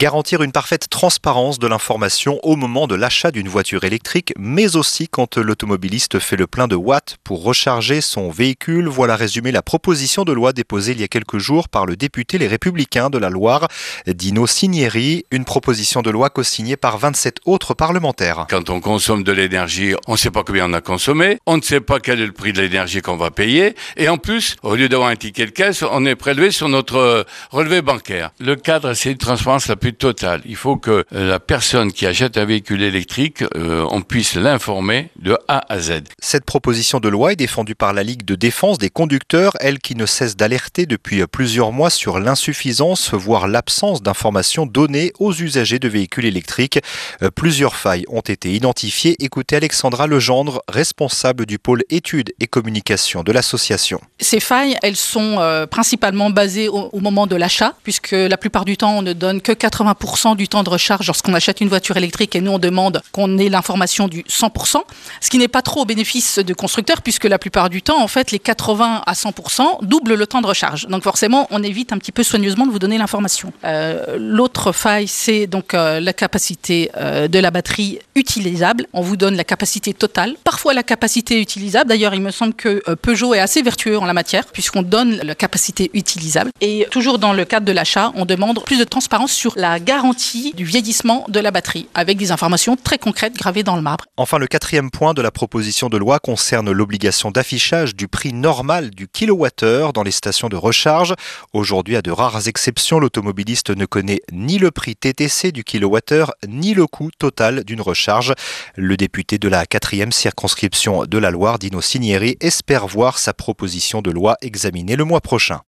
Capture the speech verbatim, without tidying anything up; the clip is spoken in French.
Garantir une parfaite transparence de l'information au moment de l'achat d'une voiture électrique, mais aussi quand l'automobiliste fait le plein de watts pour recharger son véhicule. Voilà résumé la proposition de loi déposée il y a quelques jours par le député Les Républicains de la Loire, Dino Cinieri. Une proposition de loi co-signée par vingt-sept autres parlementaires. Quand on consomme de l'énergie, on ne sait pas combien on a consommé, on ne sait pas quel est le prix de l'énergie qu'on va payer, et en plus, au lieu d'avoir un ticket de caisse, on est prélevé sur notre relevé bancaire. Le cadre, c'est une transparence la plus totale. Il faut que la personne qui achète un véhicule électrique, euh, on puisse l'informer de A à Z. Cette proposition de loi est défendue par la Ligue de défense des conducteurs, elle qui ne cesse d'alerter depuis plusieurs mois sur l'insuffisance, voire l'absence d'informations données aux usagers de véhicules électriques. Plusieurs failles ont été identifiées. Écoutez Alexandra Legendre, responsable du pôle études et communication de l'association. Ces failles, elles sont euh, principalement basées au, au moment de l'achat, puisque la plupart du temps, on ne donne que quatre-vingts pour cent du temps de recharge lorsqu'on achète une voiture électrique, et nous, on demande qu'on ait l'information du cent pour cent, ce qui n'est pas trop au bénéfice du constructeur, puisque la plupart du temps, en fait, les quatre-vingts à cent pour cent doublent le temps de recharge. Donc forcément, on évite un petit peu soigneusement de vous donner l'information. Euh, l'autre faille, c'est donc euh, la capacité euh, de la batterie utilisable. On vous donne la capacité totale, parfois la capacité utilisable. D'ailleurs, il me semble que euh, Peugeot est assez vertueux en la matière, puisqu'on donne la capacité utilisable. Et toujours dans le cadre de l'achat, on demande plus de transparence sur la garantie du vieillissement de la batterie, avec des informations très concrètes gravées dans le marbre. Enfin, le quatrième point de la proposition de loi concerne l'obligation d'affichage du prix normal du kilowattheure dans les stations de recharge. Aujourd'hui, à de rares exceptions, l'automobiliste ne connaît ni le prix T T C du kilowattheure, ni le coût total d'une recharge. Le député de la quatrième circonscription de la Loire, Dino Cinieri, espère voir sa proposition de loi examinée le mois prochain.